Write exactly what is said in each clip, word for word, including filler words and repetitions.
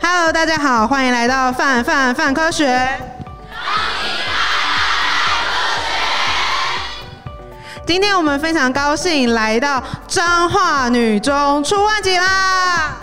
Hello， 大家好，欢迎来到范范范科学。今天我们非常高兴来到彰化女中出外景啦！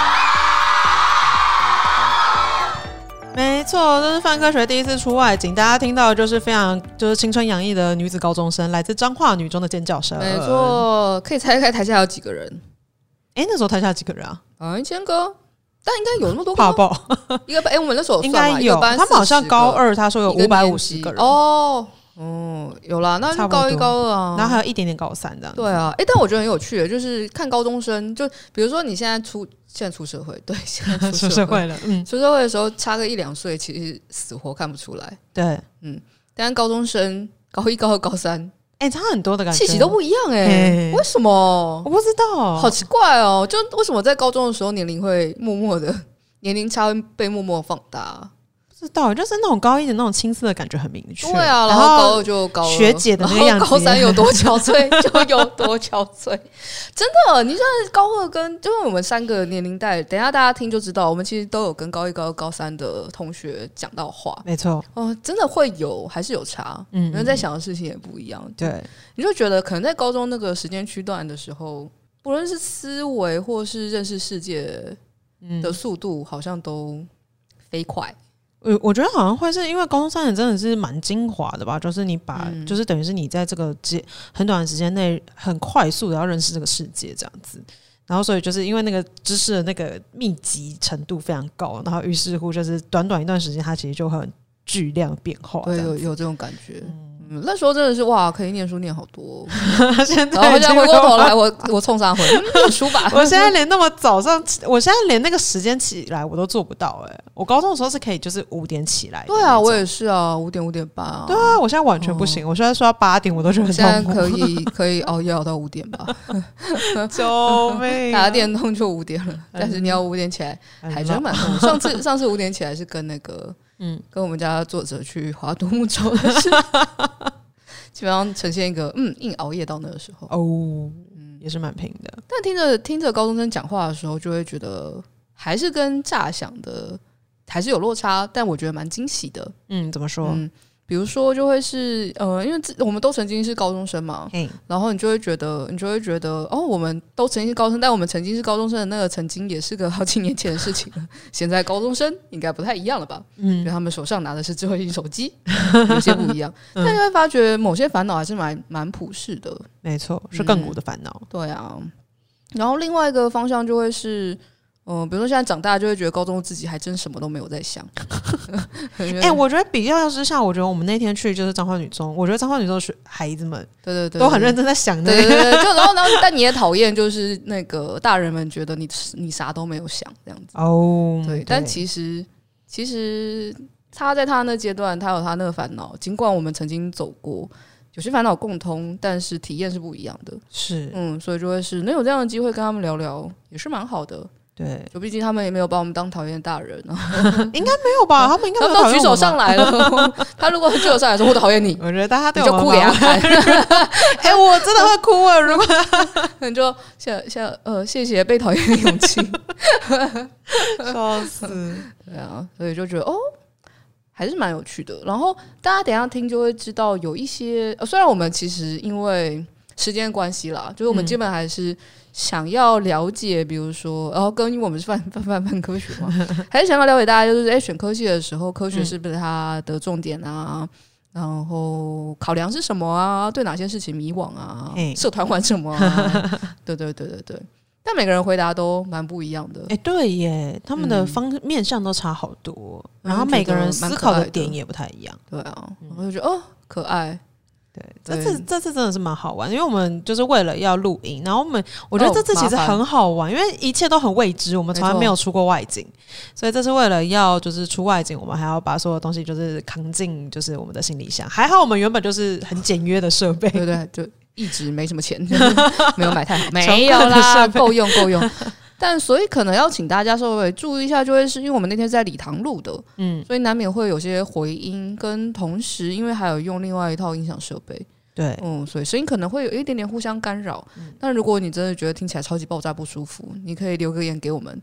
没错，这是范科学第一次出外景，大家听到的就是非常就是青春洋溢的女子高中生，来自彰化女中的尖叫声。 没错，可以猜猜台下有几个人？ 哎，那时候台下几个人啊？ 啊，一千个。但应该有那么多个怕爆一个班，哎、欸，我们那时候有应该有，他们好像高二，他说有五百五十个人哦，嗯，有啦，那就高一高二啊， 然后还有一点点高三这样。 对啊，哎、欸，但我觉得很有趣的，就是看高中生，就比如说你现在出现在出社会，对，现在出社会了，嗯， 出社会的时候差个一两岁，其实死活看不出来， 对， 嗯，但高中生高一、高二、高三。 哎、欸，差很多的感觉， 气息都不一样哎、欸，为什么？ 我不知道， 好奇怪哦！就为什么在高中的时候年龄会默默的年龄差会被默默放大？ 不知道，就是那种高一的那种青涩的感觉很明确。 对啊，然后高二就高二， 学姐的那个样子， 高三有多憔悴就有多憔悴。真的，你像高二跟就是我们三个年龄代，等一下大家听就知道，我们其实都有跟高一、高二、高三的同学讲到话。 没错， 哦，真的会有还是有差，嗯，因为在想的事情也不一样。 对， 你就觉得可能在高中那个时间区段的时候，不论是思维或是认识世界的速度，好像都飞快。 我我觉得好像会是因为高中三年真的是蛮精华的吧，就是你把、嗯、就是等于是你在这个很短的时间内很快速的要认识这个世界这样子，然后所以就是因为那个知识的那个密集程度非常高，然后于是乎就是短短一段时间它其实就很巨量变化。 对，有有这种感觉。嗯嗯、那时候真的是哇，可以念书念好多。 现在然后现在回过头来，我我冲啥回、嗯、念书吧。 我现在连那么早上，我现在连那个时间起来我都做不到哎、欸。我高中的时候是可以就是五点起来。 对啊，我也是啊，五点五点半啊。 对啊，我现在完全不行。哦、我现在说到八点，我都觉得很痛苦。 现在可以可以熬夜熬到五点吧。 救命、啊！ 打电动就五点了，但是你要五点起来，还真蛮痛苦。上次上次五点起来是跟那个嗯，跟我们家作者去划独木舟的事。基本上呈现一个嗯硬熬夜到那个时候哦，嗯，也是蛮拼的。 但听着听着高中生讲话的时候，就会觉得还是跟乍想的还是有落差，但我觉得蛮惊喜的。 嗯，怎么说？嗯， 比如说就会是呃，因为我们都曾经是高中生嘛，然后你就会觉得你就会觉得哦，我们都曾经是高中生，但我们曾经是高中生的那个曾经也是个好几年前的事情了。现在高中生应该不太一样了吧？嗯，因为他们手上拿的是智慧型手机，有些不一样，嗯、但你会发觉某些烦恼还是蛮蛮普世的。 没错，是亘古的烦恼、 嗯。对啊，然后另外一个方向就会是。嗯，比如说现在长大就会觉得高中自己还真什么都没有在想。 哎、欸，我觉得比较之下，我觉得我们那天去就是彰化女中，我觉得彰化女中的孩子们， 对对对， 都很认真在想的。 对对对，就然后然后，但你也讨厌就是那个大人们觉得你你啥都没有想这样子。哦，对，但其实其实他在他那阶段，他有他那个烦恼，尽管我们曾经走过。有些烦恼共通，但是体验是不一样的。 是， 嗯，所以就会是能有这样的机会跟他们聊聊，也是蛮好的。 对， 就毕竟他们也没有把我们当讨厌的大人， 应该没有吧？他们应该没有他们都举手上来了。他如果举手上来说我讨厌你， 我觉得大家对我你就哭给他看。 哎、欸，我真的会哭啊！如果你就谢谢呃谢谢被讨厌的勇气， 笑死。 对啊，所以就觉得哦。还是蛮有趣的，然后大家等一下听就会知道有一些、呃、虽然我们其实因为时间关系啦，就是我们基本还是想要了解，比如说然后跟我们是泛泛泛泛科学嘛，还是想要了解大家就是哎、欸、选科系的时候科学是不是它的重点啊、嗯、然后考量是什么啊，对哪些事情迷惘啊，社团玩什么啊对对对对对，但每个人回答都蛮不一样的。 哎、欸，对耶，他们的方面向都差好多、嗯，然后每个人思考的点也不太一样。 对啊，我就觉得哦，可爱。 对，这次这次真的是蛮好玩，因为我们就是为了要录音，然后我们我觉得这次其实很好玩，因为一切都很未知，我们从来没有出过外景，所以这次为了要就是出外景，我们还要把所有东西就是扛进就是我们的行李箱。还好我们原本就是很简约的设备， 对对，就一直没什么钱，没有买太好，没有啦，够用够用。但所以可能要请大家稍微注意一下，就会是因为我们那天是在礼堂录的，嗯，所以难免会有些回音，跟同时因为还有用另外一套音响设备， 对， 嗯，所以声音可能会有一点点互相干扰。嗯、但如果你真的觉得听起来超级爆炸不舒服，你可以留个言给我们，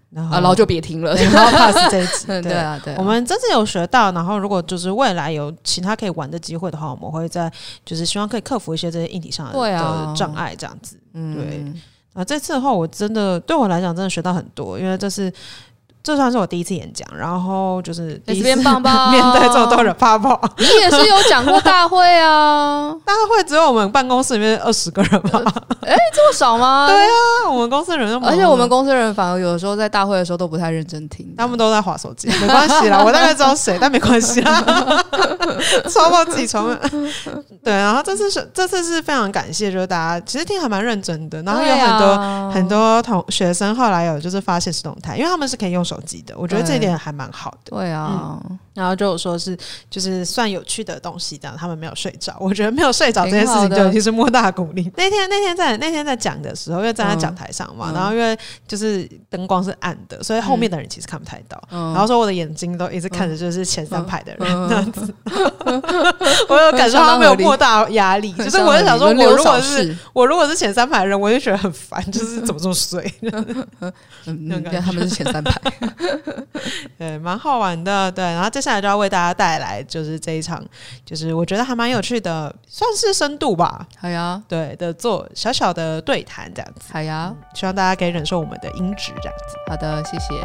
然后、 啊、然后就别听了， 然后 pass 这一集。 对, 对啊，对啊， 我们这次有学到，然后如果就是未来有其他可以玩的机会的话，我们会在就是希望可以克服一些这些硬体上的, 对、啊、 的障碍，这样子。 嗯， 对。啊，这次的话，我真的对我来讲真的学到很多，因为这是。这算是我第一次演讲，然后就是第一次棒棒面对这么多人发跑。 你也是有讲过大会啊？ 大会只有我们办公室里面二十个人吧？ 哎、欸，这么少吗？ 对啊，我们公司人那么， 而且我们公司人反而有的时候在大会的时候都不太认真听， 他们都在滑手机，没关系啦，我大概知道谁，但没关系啦，超爆自己床。对，然后这次是这次是非常感谢，就是大家其实听还蛮认真的，然后有很多、啊、很多同学生后来有就是发现实动态，因为他们是可以用手机的，我觉得这一点还蛮好的。 对啊、 嗯，然后就有说是就是算有趣的东西，这样他们没有睡着，我觉得没有睡着这件事情就已经是莫大鼓励。那天那天在那天在讲的时候，因为站在讲台上嘛，嗯、然后因为就是灯光是暗的，所以后面的人其实看不太到。嗯、然后说我的眼睛都一直看着就是前三排的人、嗯、这样子，嗯、我有感受到他们有莫大压力，就是我就想说，我如果是我如果是前三排的人，我就觉得很烦，就是怎么这么衰。 嗯，对，他们是前三排。 对，蛮好玩的。对，然后接下来就要为大家带来就是这一场，就是我觉得还蛮有趣的，算是深度吧。 好呀， 对的，做小小的对谈这样子。 好呀、嗯， 希望大家可以忍受我们的音质这样子。 好的，谢谢。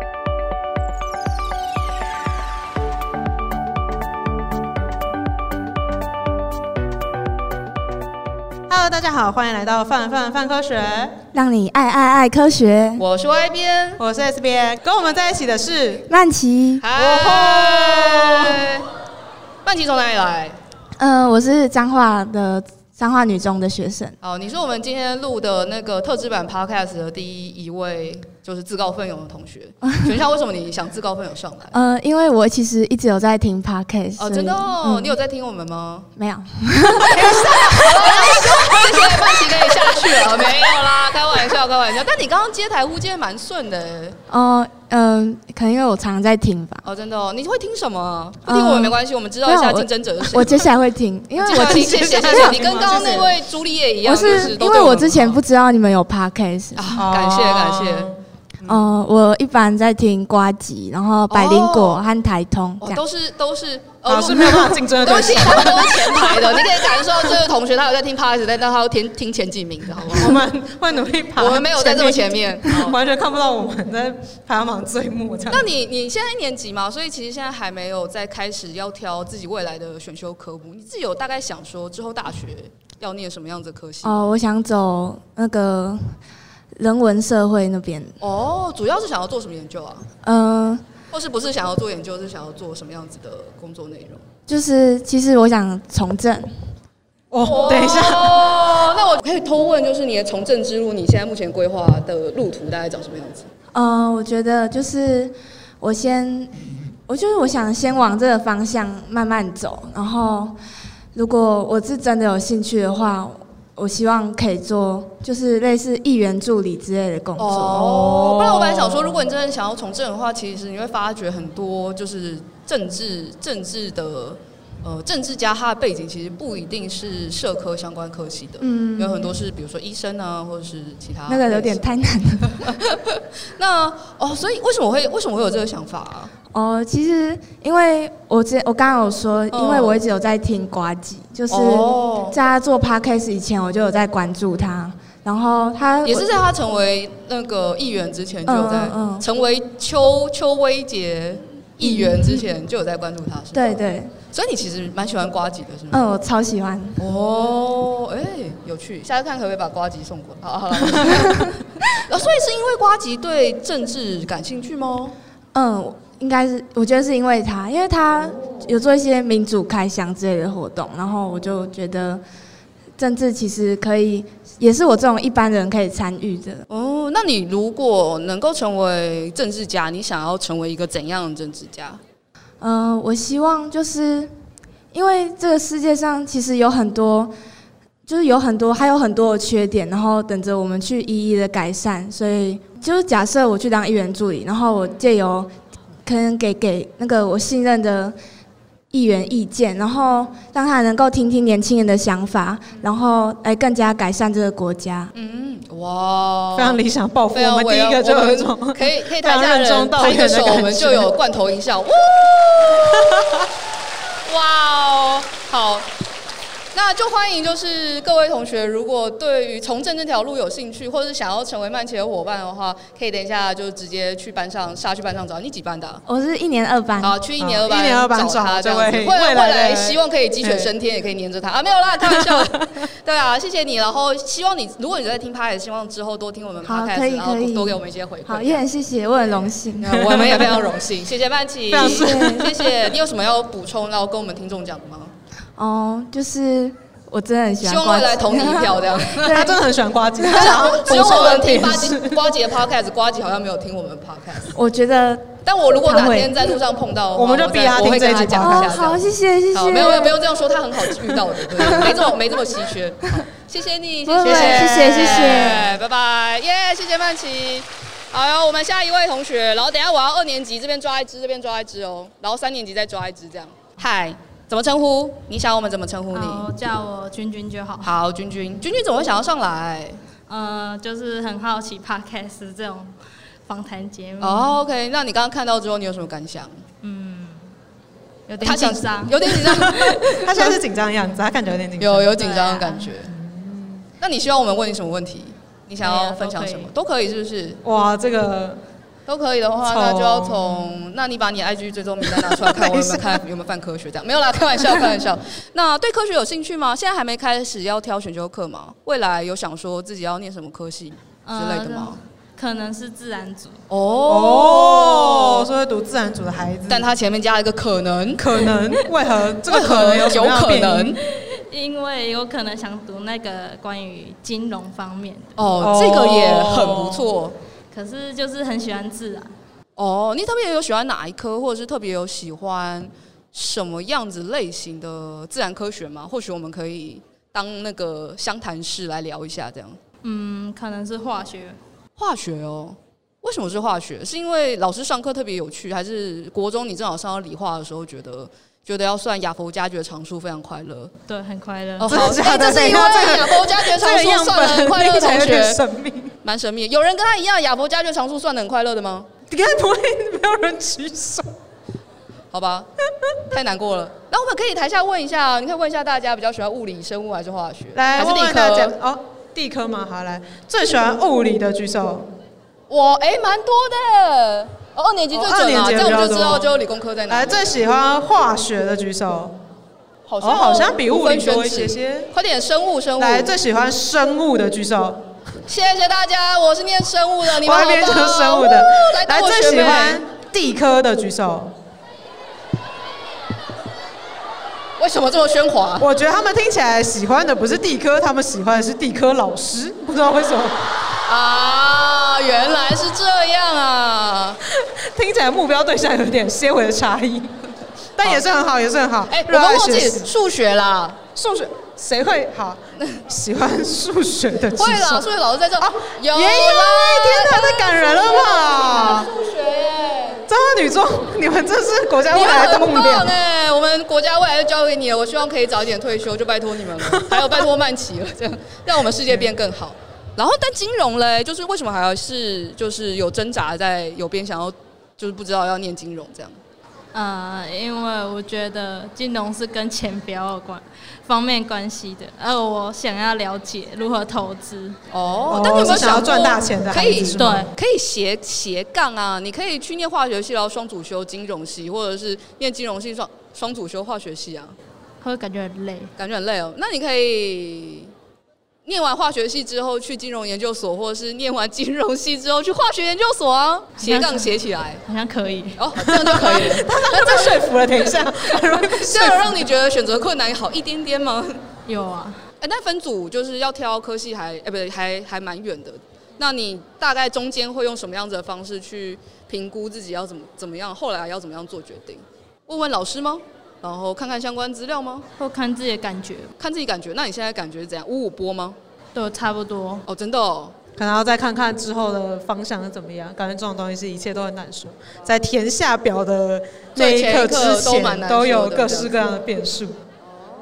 Hello， 大家好，欢迎来到范范范科学， 让你爱爱爱科学。 我是 Y 边， 我是 S 边，跟我们在一起的是曼琪。 嗨，曼琪从哪里来？ 呃，我是彰化的彰化女中的学生。 哦，你是我们今天录的那个特制版 Podcast 的第一位，就是自告奋勇的同学。请问一下，为什么你想自告奋勇上来？ 呃，因为我其实一直有在听 Podcast。 哦，真的哦、嗯，你有在听我们吗？ 没有。 谢谢曼琪，可以下去了。没有啦，开玩笑，开玩笑。但你刚刚接台呼接蛮顺的。 哦，嗯、呃，可能因为我常常在听吧。 哦，真的哦，你会听什么？不听我们没关系，我们知道一下竞争者是谁。 我接下来会听，因为我谢谢谢谢。你跟刚刚那位朱丽叶一样， 我是因为我之前不知道你们有 podcast 啊，感谢感谢。 哦、呃，我一般在听呱吉，然后百灵果和台通， 哦、都是都是， 呃，是没有办法竞争的对象，他们都是前排的，你可以感受这位同学他有在听 podcast， 但他会听听前几名的，好不好？ 我们会努力爬， 我们没有在这么前面， 完全看不到我们在排行榜最末这样。 那你你现在一年级嘛，所以其实现在还没有在开始要挑自己未来的选修科目，你自己有大概想说之后大学要念什么样子的科系？ 哦，我想走那个。人文社会那边哦，主要是想要做什么研究啊？ 嗯、呃， 或是不是想要做研究，是想要做什么样子的工作内容？ 就是其实我想从政。 哦，等一下， 哦，那我可以偷问，就是你的从政之路，你现在目前规划的路途大概长什么样子？ 嗯、呃，我觉得就是我先，我就是我想先往这个方向慢慢走，然后如果我是真的有兴趣的话。我希望可以做，就是类似议员助理之类的工作。 哦，不然我本来想说，如果你真的想要从政的话，其实你会发觉很多就是政治政治的呃政治家，他的背景其实不一定是社科相关科系的，嗯，有很多是比如说医生啊，或者是其他。 那个有点太难了。 那哦，所以为什么我会为什么会有这个想法啊？ 哦，其实因为我之我刚刚有说，因为我一直有在听呱吉，就是在他做 podcast 以前，我就有在关注他，然后他也是在他成为那个议员之前就有在，嗯嗯嗯、成为邱邱威杰议员之前就有在关注他，是吧？ 对对。 所以你其实蛮喜欢呱吉的，是吗？ 嗯，我超喜欢。 哦，哎、欸，有趣，下次看可不可以把呱吉送过来？好，好了。所以是因为呱吉对政治感兴趣吗？ 嗯。应该是，我觉得是因为他，因为他有做一些民主开箱之类的活动，然后我就觉得政治其实可以，也是我这种一般人可以参与的。 哦，那你如果能够成为政治家，你想要成为一个怎样的政治家？ 嗯、呃，我希望就是因为这个世界上其实有很多，就是有很多还有很多的缺点，然后等着我们去一一的改善。所以就是假设我去当议员助理，然后我借由可能给给那个我信任的议员意见，然后让他能够听听年轻人的想法，然后来更加改善这个国家。 嗯， 哇， 非常理想抱负。我们第一个就有一种可以可以台下人拍个手，我们就有罐头音效。哇哦，好。那就欢迎，就是各位同学，如果对于从政这条路有兴趣，或者是想要成为曼奇的伙伴的话，可以等一下就直接去班上杀去班上找。你几班的、啊？ 我是一年二班。 好，去一年二班， 一年二班找他这样子。 未未来来希望可以鸡犬升天，也可以黏着他啊，没有啦，开玩笑的。对啊，谢谢你。然后希望你，如果你在听 Podcast， 希望之后多听我们 Podcast， 然后多给我们一些回馈。 好，也很谢谢，我很荣幸。 我们也非常荣幸，谢谢曼奇， 谢谢谢谢。你有什么要补充，然后跟我们听众讲的吗？ 哦，就是我真的很喜欢。 希望未来投你一票这样。 他真的很喜欢呱吉，他想要只有我们听呱吉呱吉的 podcast， 呱吉好像没有听我们 podcast。 我觉得， 但我如果哪天在路上碰到的话， 我们就逼他听这一集讲一下。 好，谢谢谢谢。 好，没有没有不用这样说，他很好遇到的，对，没这么没这么稀缺。谢谢你，谢谢谢谢谢谢， 拜拜，耶，谢谢曼琪。好哟，我们下一位同学，然后等一下我要二年级这边抓一只，这边抓一只哦，然后三年级再抓一只，这样。嗨。怎么称呼？你想我们怎么称呼你？ 哦，叫我君君就好。 好，君君，君君怎么会想要上来？ 呃，就是很好奇 podcast 这种访谈节目。 哦 ，OK， 那你刚刚看到之后，你有什么感想？ 嗯，有点紧张， 有点紧张。 他现在是紧张的样子，他感觉有点紧张。 有有紧张的感觉。嗯。那你希望我们问你什么问题？你想要分享什么？都可以，是不是？ 哇，这个。 都可以的话，那就要从……那你把你 I G 追踪名单拿出来看，我有没有看有没有犯科学这样？没有啦，开玩笑，开玩笑。那对科学有兴趣吗？现在还没开始要挑选修课吗？未来有想说自己要念什么科系之类的吗？ 呃、可能是自然组。 哦，所以读自然组的孩子， 但他前面加了一个可能， 可能为何这个可能有有可能？ 因为有可能想读那个关于金融方面的。 哦，这个也很不错。 可是就是很喜欢自然哦，你特别有喜欢哪一科，或者是特别有喜欢什么样子类型的自然科学吗？或许我们可以当那个相谈室来聊一下，这样。 嗯，可能是化学。 化学哦，为什么是化学？是因为老师上课特别有趣，还是国中你正好上到理化的时候觉得？觉得要算亚佛加决常数非常快乐， 对，很快乐。 哦，好，哎，这是一位亚佛加决常数算得很快乐的同学，蛮神秘。有人跟他一样亚佛加决常数算得很快乐的吗？ 应该不会，没有人举手。 好吧，太难过了。那我们可以台下问一下，你可以问一下大家比较喜欢物理、生物还是化学？ 来， 还是地科？ 哦，地科吗？好，来，最喜欢物理的举手。 我哎，蛮多的。哦，二年级最准啊，这样我们就知道就理工科在哪。 来，最喜欢化学的举手。 好像、 哦、好像比物理多一些些。 快点，生物生物。 来，最喜欢生物的举手。 谢谢大家，我是念生物的，你们好棒。 我那边就是生物的。 来， 来最喜欢地科的举手。 为什么这么喧哗？ 我觉得他们听起来喜欢的不是地科，他们喜欢的是地科老师，不知道为什么。 啊，原来是这样啊！ 听起来目标对象有点些微的差异，但也是很好，也是很好。 哎、欸，我们忘记数学啦， 数学谁会好？喜欢数学的？ 会啦，数学老师在这。啊，有啦！ 也有，天哪，太感人了吧！ 数学耶！ 彰化女中，你们这是国家未来的栋梁哎！我们国家未来就交给你了，我希望可以早一点退休，就拜托你们了，还有拜托曼琪了，这样让我们世界变更好。然后，但金融嘞，就是为什么还要是就是有挣扎在有边想要，就是不知道要念金融这样。 呃，因为我觉得金融是跟钱比较有关方面关系的，而我想要了解如何投资。 哦，但你有没有想要赚大钱的孩子？ 对，可以斜斜杠啊，你可以去念化学系，然后双主修金融系，或者是念金融系双双主修化学系啊。 会感觉很累， 感觉很累哦。那你可以念完化学系之后去金融研究所，或者是念完金融系之后去化学研究所啊，斜杠写起来， 好像可以哦，这样就可以了。 那这说服了，等一下， 这样让你觉得选择困难好一点点吗？ 有啊， 哎、欸，但分组就是要挑科系还，哎、欸，不对，还还蛮远的。那你大概中间会用什么样子的方式去评估自己要怎么怎么样，后来要怎么样做决定？问问老师吗？然后看看相关资料吗？ 或看自己的感觉， 看自己感觉。那你现在感觉是怎样？五五波吗？ 对，差不多。 哦，真的哦。 可能要再看看之后的方向是怎么样。感觉这种东西是一切都很难说，在填下表的那一刻之前，都有各式各样的变数。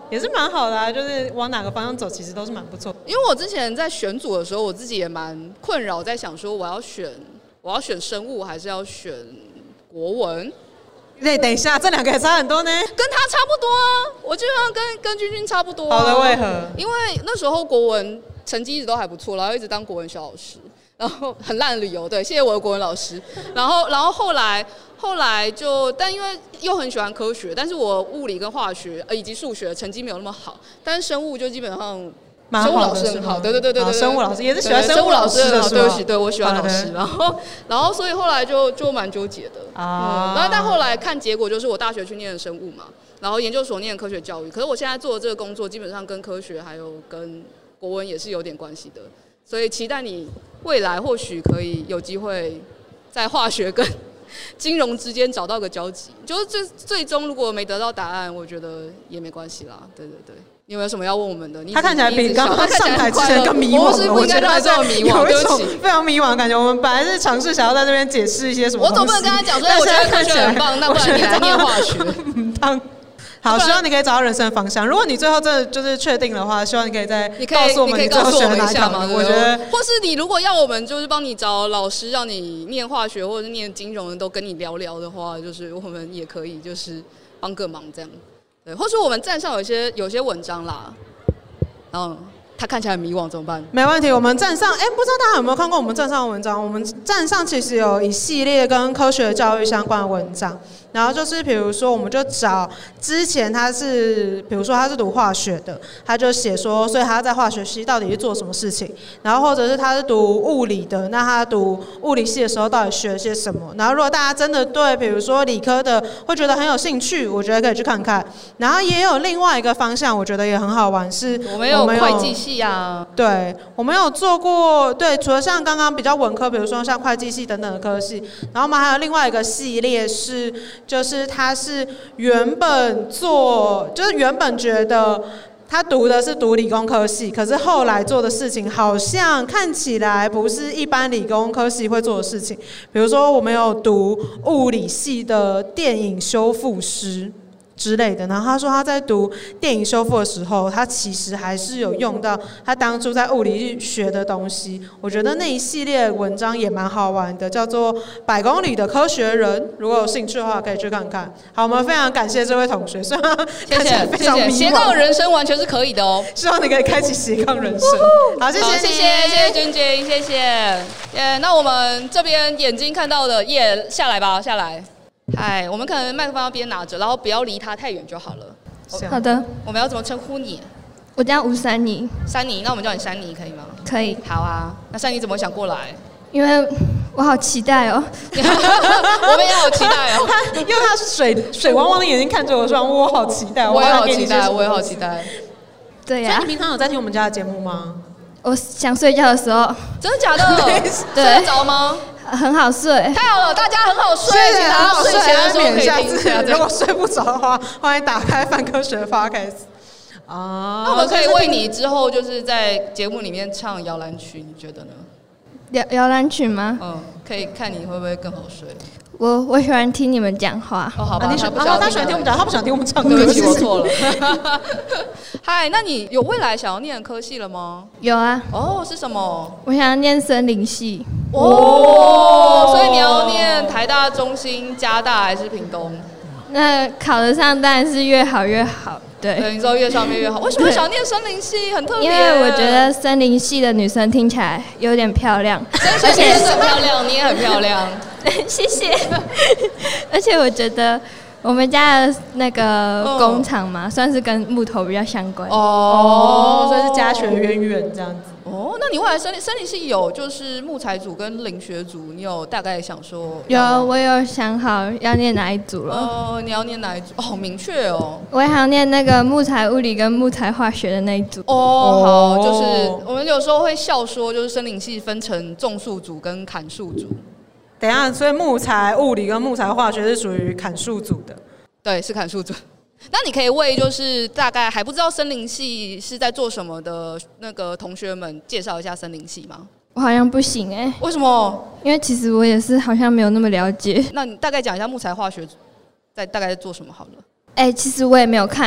也是蛮好的啊，就是往哪个方向走，其实都是蛮不错。 因为我之前在选组的时候，我自己也蛮困扰，在想说我要选我要选生物还是要选国文。 对，等一下，这两个也差很多呢。 跟他差不多啊，我基本上跟跟君君差不多、啊。 好的，为何？ 因为那时候国文成绩一直都还不错，然后一直当国文小老师，然后很烂的理由，对，谢谢我的国文老师。然后，然后后来后来就，但因为又很喜欢科学，但是我物理跟化学呃以及数学成绩没有那么好，但是生物就基本上。生物老师很好，对对对对对， 生物老师也是喜欢生物老师的， 对不起，对我喜欢老师，然后然后所以后来就就蛮纠结的啊。然后但后来看结果，就是我大学去念的生物嘛，然后研究所念科学教育，可是我现在做的这个工作基本上跟科学还有跟国文也是有点关系的，所以期待你未来或许可以有机会在化学跟金融之间找到个交集，就是最最终如果没得到答案，我觉得也没关系啦。对对对。你有没有什么要问我们的？ 他看起来比刚刚上台之前更迷惘了。 我是不应该让他这么迷惘，对不起， 非常迷惘的感觉。我们本来是尝试想要在这边解释一些什么， 我总不能跟他讲说，我觉得科学很棒，那不然你来念化学。 当好，希望你可以找到人生的方向。如果你最后真的就是确定的话，希望你可以再告诉我们你最后选哪一条嘛？我觉得， 或是你如果要我们就是帮你找老师，让你念化学或者是念金融的都跟你聊聊的话，就是我们也可以就是帮个忙这样。对，或是我们站上有些有些文章啦。嗯，他看起来很迷惘，怎么办？ 没问题，我们站上，哎、欸，不知道大家有没有看过我们站上的文章？我们站上其实有一系列跟科学教育相关的文章，然后就是比如说，我们就找之前他是，比如说他是读化学的，他就写说，所以他在化学系到底是做什么事情，然后或者是他是读物理的，那他读物理系的时候到底学了些什么？然后如果大家真的对，比如说理科的会觉得很有兴趣，我觉得可以去看看。然后也有另外一个方向，我觉得也很好玩，是我们有会计系啊， 对，我们有做过，对，除了像刚刚比较文科，比如说像会计系等等的科系，然后我们还有另外一个系列是，就是他是原本做，就是原本觉得他读的是读理工科系，可是后来做的事情好像看起来不是一般理工科系会做的事情，比如说我们有读物理系的电影修复师之类的，然后他说他在读电影修复的时候，他其实还是有用到他当初在物理学的东西。我觉得那一系列文章也蛮好玩的，叫做《百公里的科学人》，如果有兴趣的话可以去看看。好，我们非常感谢这位同学，虽然看起来非常迷惘， 斜杠人生完全是可以的哦。 希望你可以开启斜杠人生。好，谢谢你， 谢谢谢谢君君，谢谢。耶，那我们这边眼睛看到的，耶，下来吧，下来。嗨，我们可能麦克风要边拿着，然后不要离他太远就好了。 好的。 我们要怎么称呼你？ 我叫吴珊妮。 珊妮，那我们叫你珊妮可以吗？ 可以。 好啊，那珊妮怎么想过来？ 因为我好期待哦。 我们也好期待哦。 因为他是水水汪汪的眼睛看着我说，我好期待。 我也好期待，我也好期待。 对呀、啊。 所以你平常有在听我们家的节目吗？ 我想睡觉的时候。 真的假的？对。睡得着吗？ 很好睡， 太好了，大家很好睡，请大家睡前的时候可以听一下。 如果睡不着的话，欢迎打开泛科学 Podcast。啊， 那我们可以为你之后就是在节目里面唱摇篮曲，你觉得呢？ 摇摇篮曲吗？ 嗯，可以看你会不会更好睡。 我我喜欢听你们讲话。 哦，好吧， 啊、你喜欢他喜欢听我们讲，他不想听我们唱歌。 对不起，我错了。嗨，那你有未来想要念科系了吗？ 有啊。 哦，是什么？ 我想要念森林系。 哦，所以你要念台大、中兴、嘉大还是屏东？ 那考得上当然是越好越好。对， 对，你说越上面越好。为什么想念森林系？很特别。 因为我觉得森林系的女生听起来有点漂亮， 而且很漂亮，你也很漂亮。 谢谢。而且我觉得我们家的那个工厂嘛，算是跟木头比较相关。 哦，所以是家学渊源这样子。 哦，那你未来森林森林系有就是木材组跟林学组，你有大概想说？ 有，我有想好要念哪一组了。 哦，你要念哪一组？哦，好明确哦。 我也想念那个木材物理跟木材化学的那一组。 哦，好，就是我们有时候会笑说，就是森林系分成种树组跟砍树组。 等一下，所以木材物理跟木材化学是属于砍树组的。 对，是砍树组。那你可以为就是大概还不知道森林系是在做什么的那个同学们介绍一下森林系吗？ 我好像不行哎、欸。 为什么？ 因为其实我也是好像没有那么了解。 那你大概讲一下木材化学在大概在做什么好了。 哎、欸，其实我也没有看，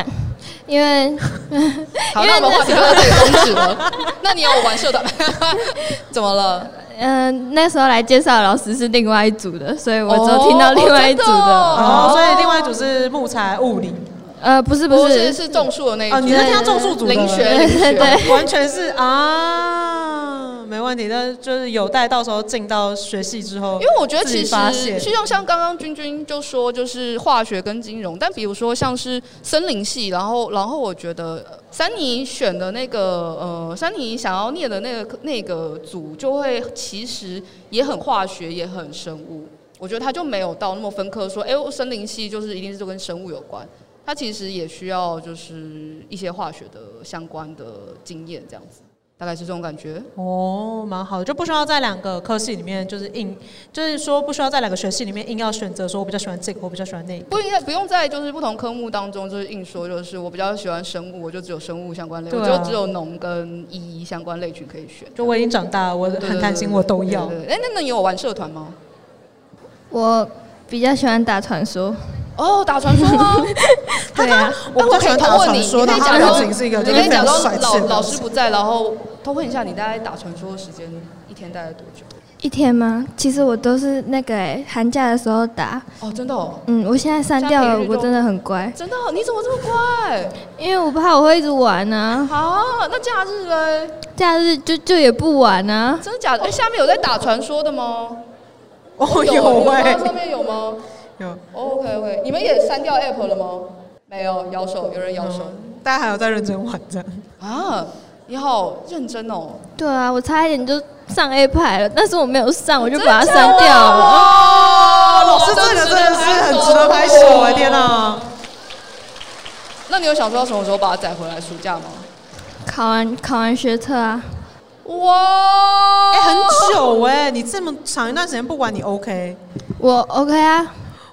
因为好，那我们话题就到这里终止了。那你有玩社团？怎么了？ 嗯、呃，那时候来介绍的老师是另外一组的，所以我只有听到另外一组的。 哦，哦哦所以另外一组是木材物理。 呃，不是不是， 是是种树的那一组。 哦，你是听到种树组的灵学，灵学， 对， 完全是啊，没问题。那就是有待到时候进到学系之后， 因为我觉得其实就像像刚刚君君就说，就是化学跟金融，但比如说像是森林系，然后然后我觉得珊妮选的那个呃，珊妮想要念的那个那个组，就会其实也很化学，也很生物。我觉得他就没有到那么分科说，哎、欸，森林系就是一定是就跟生物有关。它其实也需要就是一些化学的相关的经验，这样子，大概是这种感觉。 哦，蛮好的，就不需要在两个科系里面就是硬，就是说不需要在两个学系里面硬要选择说我比较喜欢这个，我比较喜欢那个。 不应该不用在就是不同科目当中就是硬说，就是我比较喜欢生物，我就只有生物相关类，啊、我就只有农跟医相关类群可以选。 就我已经长大了，我很贪心，我都要。 哎，那那你有玩社团吗？ 我比较喜欢打传说。 哦，打传说吗？ 对啊，我我可以偷问你， 你可以假装是一个， 你可以假装老老师不在，然后偷问一下，你大概打传说的时间一天大概多久？ 一天吗？其实我都是那个哎、欸，寒假的时候打。 哦，真的哦。 嗯，我现在删掉了，我真的很乖。 真的？你怎么这么乖？ 因为我怕我会一直玩啊。 好，那假日嘞？ 假日就就也不玩啊。 真的假的？哎、欸，下面有在打传说的吗？ 哦，有哎、 欸。上面有吗？ 有。 OK OK， 你们也删掉 App 了吗？没有，摇手，有人摇手、 嗯。大家还有在认真玩这样啊？你好认真哦。 对啊，我差一点就上 iPad 了，但是我没有上，我就把它删掉了。 哇，老师这个真的是很值得拍手哎！天哪！ 那你有想说要什么时候把它载回来？暑假吗？ 考完考完学测啊。 哇， 哎、欸，很久哎、欸！你这么长一段时间不玩，你 OK？ 我 OK 啊。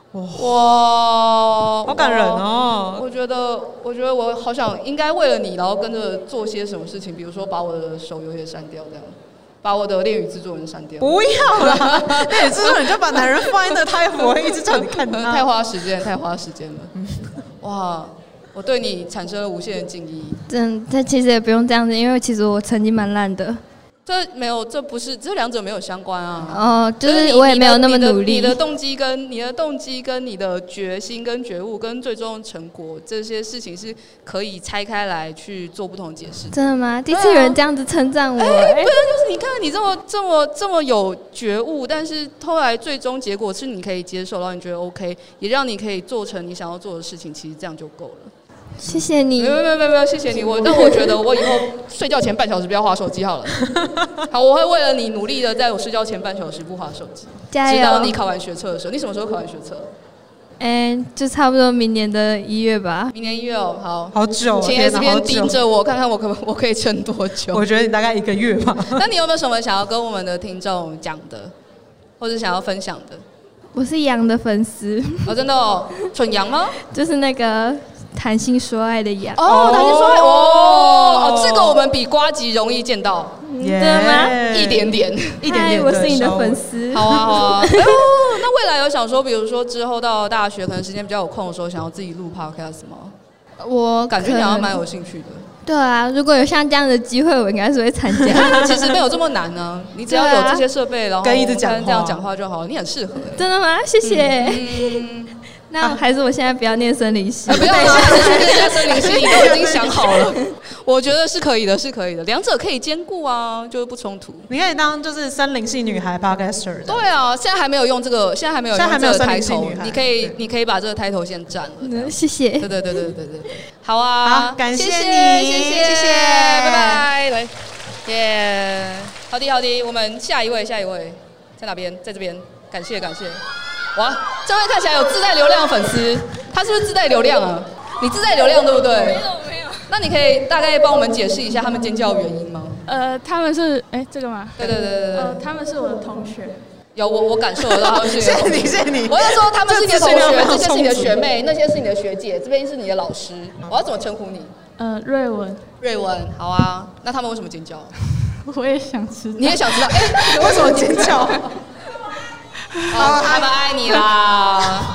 哇， 好感人哦！ 我觉得，我觉得我好想应该为了你，然后跟着做些什么事情，比如说把我的手游也删掉，这样，把我的恋与制作人删掉。 不要啦，恋与制作人就把男人放在那太火，一直叫你看他， 太花时间，太花时间了。哇，我对你产生了无限的敬意。 真，这其实也不用这样子，因为其实我成绩蛮烂的。 这没有，这不是，这两者没有相关啊。 哦，就是我也没有那么努力。 你的动机跟你的动机跟你的决心跟觉悟跟最终成果这些事情是可以拆开来去做不同的解释。 真的吗？第一次有人这样子称赞我。哎、 欸，不然就是你看你这么这么这么有觉悟，但是后来最终结果是你可以接受，然后你觉得 OK， 也让你可以做成你想要做的事情，其实这样就够了。 谢谢你。 没有没有没有没有，谢谢你。我但我觉得我以后睡觉前半小时不要滑手机好了。好，我会为了你努力的，在我睡觉前半小时不滑手机， 加油。 直到你考完学测的时候。你什么时候考完学测？ 嗯、欸，就差不多明年的一月吧。 明年一月哦，好， 好久。 请 S 边盯着我，看看我可我可以撑多久。 我觉得你大概一个月吧。 那你有没有什么想要跟我们的听众讲的，或者想要分享的？ 我是羊的粉丝。 哦，真的哦，蠢羊吗？ 就是那个。谈性说爱的羊哦，谈性说爱哦哦，这个我们比呱吉容易见到， 真的吗？ 一点点， 一点点。 我是你的粉丝， 好啊好啊。哎呦，那未来有想说，比如说之后到大学，可能时间比较有空的时候，想要自己录 podcast 吗？ 我感觉你好像蛮有兴趣的。 对啊，如果有像这样的机会，我应该是会参加。 其实没有这么难呢、啊，你只要有这些设备，然后跟一直讲这样讲话就好，你很适合、欸。 真的吗？谢谢。 嗯那还是我现在不要念森林系， 不要念一下森林系，你都已经想好了。我觉得是可以的，是可以的，两者可以兼顾啊，就是不冲突。 你可以当就是森林系女孩 podcaster。 对啊，现在还没有用这个，现在还没有用这个抬头，你可以你可以把这个抬头先占了。 谢谢。 对对对对对对，好啊， 好，感谢你， 谢谢谢谢，拜拜，来，耶，好的好的，我们下一位下一位在哪边？在这边，感谢感谢。哇，这位看起来有自带流量的粉丝，他是不是自带流量啊？你自带流量对不对？ 没有没有。 那你可以大概帮我们解释一下他们尖叫的原因吗？ 呃，他们是哎、欸、这个吗？ 对对对对对。 呃，他们是我的同学。 有我我感受得到他们是。 谢谢你谢谢你。 我要说他们是你的同学，这些是你的学妹，那些是你的学姐，这边是你的老师。我要怎么称呼你？ 呃，瑞文。 瑞文，好啊。那他们为什么尖叫？ 我也想知道。 你也想知道？哎、欸， 为什么尖叫？ 哦，他们爱你啦！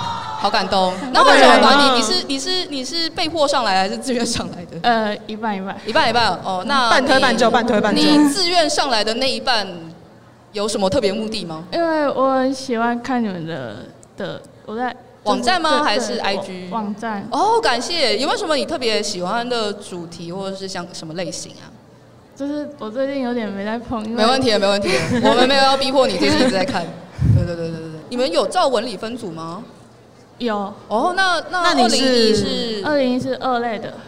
好感动。那为什么呢？你你是你是你是被迫上来还是自愿上来的？ 呃，一半一半， 一半一半哦。那半推半就，半推半就。 你自愿上来的那一半有什么特别目的吗？ 因为我很喜欢看你们的的，我在网站吗？还是 I G 网站？ 哦，感谢。有没有什么你特别喜欢的主题，或者是像什么类型啊？ 就是我最近有点没在碰， 没问题，没问题。我们没有要逼迫你，最近一直在看。对对对对对。你们有照文理分组吗？ 有。 哦，那那二零一是二零一是二类的。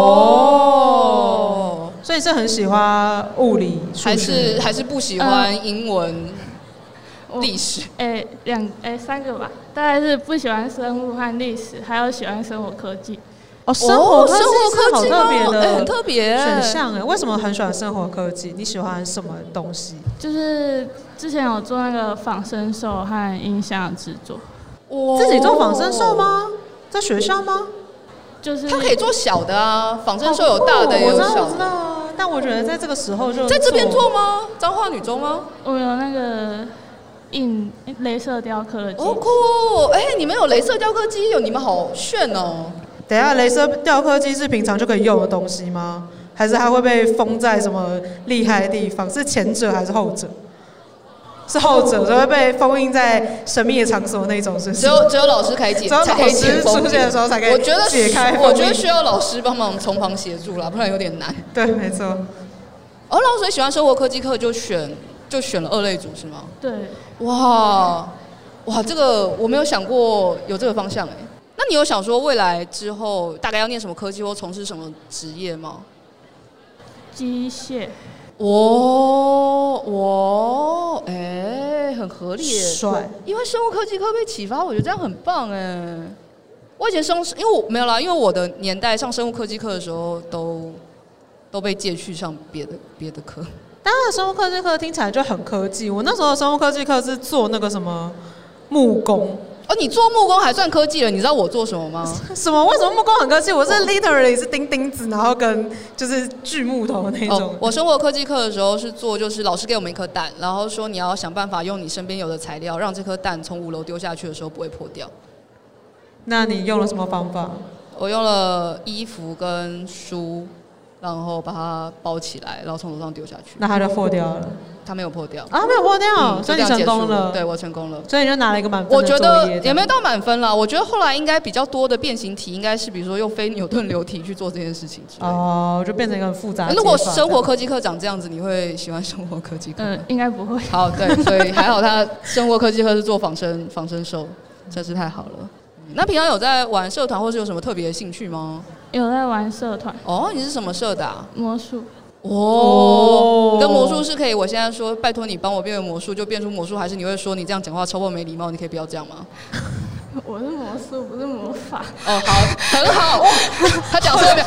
哦。 所以是很喜欢物理， 还是还是不喜欢英文、历史？ 哎，两哎三个吧，大概是不喜欢生物和历史，还有喜欢生活科技。 哦，生活科技是好特别的， 很特别选项哎。为什么很喜欢生活科技？你喜欢什么东西？ 就是之前有做那个仿生兽和音响制作。 自己做仿生兽吗？在学校吗？ 就是它可以做小的啊，仿生兽有大的也有小的。 我知道，我知道。但我觉得在这个时候就在这边做吗？彰化女中吗？ 我有那个印雷射雕刻的机。 哦酷！哎，你们有雷射雕刻机？有你们好炫哦！ 等一下，雷射雕刻机是平常就可以用的东西吗？还是它会被封在什么厉害的地方？是前者还是后者？是后者，就会被封印在神秘的场所那种，是不是？ 只有只有老师可以解，才可以解封。 出现的时候才可以。 我觉得解开。 我觉得需要老师帮忙从旁协助啦，不然有点难。 对，没错。 哦，那所以喜欢生活科技课就选就选了二类组是吗？ 对。 哇哇，这个我没有想过有这个方向哎。那你有想说未来之后大概要念什么科技或从事什么职业吗？ 机械。 我我哎，很合理耶， 帅。 因为生物科技课被启发，我觉得这样很棒哎。我以前生，因为我没有啦，因为我的年代上生物科技课的时候，都都被借去上别的别的课。 当然，生物科技课听起来就很科技。我那时候的生物科技课是做那个什么木工。 哦，你做木工还算科技了？你知道我做什么吗？ 什么？为什么木工很科技？我是 literally 是钉钉子，然后跟就是锯木头的那种。 哦，我生活科技课的时候是做，就是老师给我们一颗蛋，然后说你要想办法用你身边有的材料，让这颗蛋从五楼丢下去的时候不会破掉。 那你用了什么方法？ 我用了衣服跟书，然后把它包起来，然后从楼上丢下去。 那它就破掉了。 它没有破掉啊，没有破掉， 嗯、 所以你成功了。 对，我成功了， 所以你就拿了一个满分的我觉得也没有到满分啦。我觉得后来应该比较多的变形题，应该是比如说用非牛顿流体去做这件事情之类的。 哦，就变成一个很复杂的。 如果生活科技课长这样子，你会喜欢生活科技课？ 嗯，应该不会。 好，对，所以还好他生活科技课是做仿生仿生兽，真是太好了。那平常有在玩社团，或是有什么特别的兴趣吗？ 有在玩社团。 哦，你是什么社的、啊？ 魔术。 哦，你的魔术是可以，我现在说拜托你帮我变为魔术，就变出魔术，还是你会说你这样讲话超过没礼貌，你可以不要这样吗？ 我是魔术，不是魔法。 哦，好，很好。他讲错了，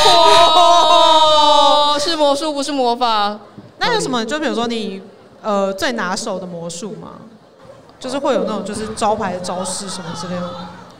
哇，是魔术，不是魔法。 那有什么？就比如说你呃最拿手的魔术吗？就是会有那种就是招牌的招式什么之类的。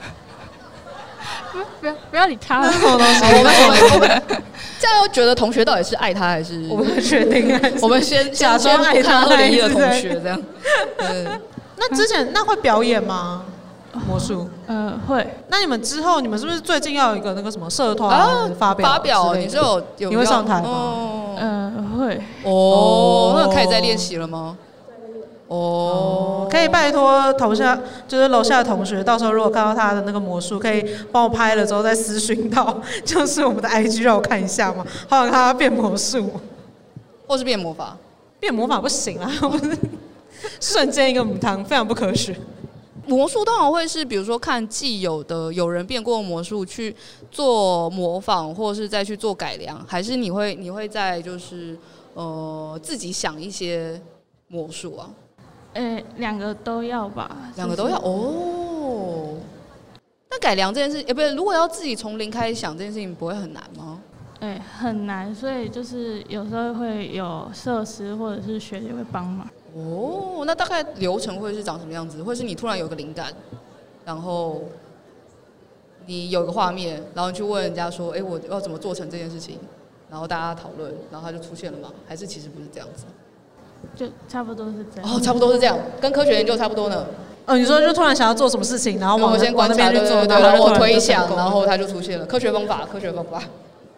不要不要理他了。那什么东西？ 我们我们这样又觉得同学到底是爱他还是？ 我们确定。 我们先假装爱他二零一的同学这样。 那之前那会表演吗？魔术？ 嗯、呃，会。 那你们之后，你们是不是最近要有一个那个什么社团发表？ 发表，你是有有你会上台吗？ 嗯、呃，会。 哦，那开始在练习了吗？ 哦，可以拜托楼下就是楼下的同学，到时候如果看到他的那个魔术，可以帮我拍了之后再私讯到，就是我们的 I G 让我看一下嘛，好想看他变魔术， 或是变魔法， 变魔法不行啊，不是瞬间一个母汤，非常不科学。 魔术通常会是比如说看既有的有人变过魔术去做模仿，或是再去做改良，还是你会你会在就是呃自己想一些魔术啊？ 诶，两个都要吧。 两个都要哦。那改良这件事，也不是，如果要自己从零开始想这件事情，不会很难吗？ 哎，很难，所以就是有时候会有设施或者是学姐会帮忙。 哦，那大概流程会是长什么样子？会是你突然有个灵感，然后你有个画面，然后你去问人家说：“哎，我要怎么做成这件事情？”然后大家讨论，然后它就出现了吗？还是其实不是这样子？ 就差不多是这样。 哦，差不多是这样，跟科学研究差不多呢。 哦，你说就突然想要做什么事情，然后往我先观察，对对对，然后我推想，然后它就出现了科学方法，科学方法。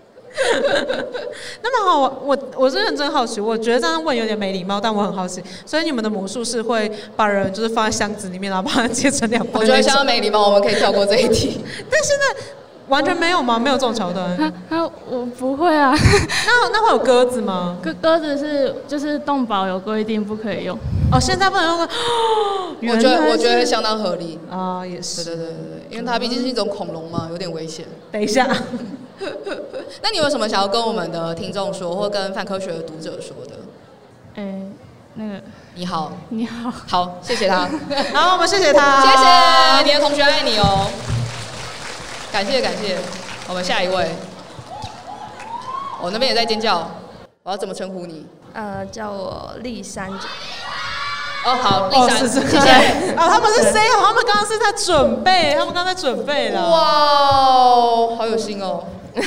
那么好，我我我是认真好奇，我觉得这样问有点没礼貌，但我很好奇，所以你们的魔术是会把人就是放在箱子里面，然后把它切成两半？ 我觉得相当没礼貌，我们可以跳过这一题。 但现在完全没有吗？没有这种桥段？ 啊啊，我不会啊。 那那会有鸽子吗？ 鸽鸽子是就是动保有规定不可以用。 哦，现在不能用了。 我觉得我觉得相当合理啊，也是。 对对对对，因为它毕竟是一种恐龙嘛，有点危险。 等一下。 那你有什么想要跟我们的听众说，或跟泛科学的读者说的？ 哎、欸，那个你好， 你好， 好，谢谢他。 好，我们谢谢他， 谢谢你的同学爱你哦，感谢感谢。我们下一位，我、哦、那边也在尖叫，我要怎么称呼你？ 呃，叫我丽珊。 哦，好，丽珊， 哦、是是谢谢。 哦，他们是 say 好，他们刚刚是在准备，他们刚刚在准备了。 哇哦，好有心哦。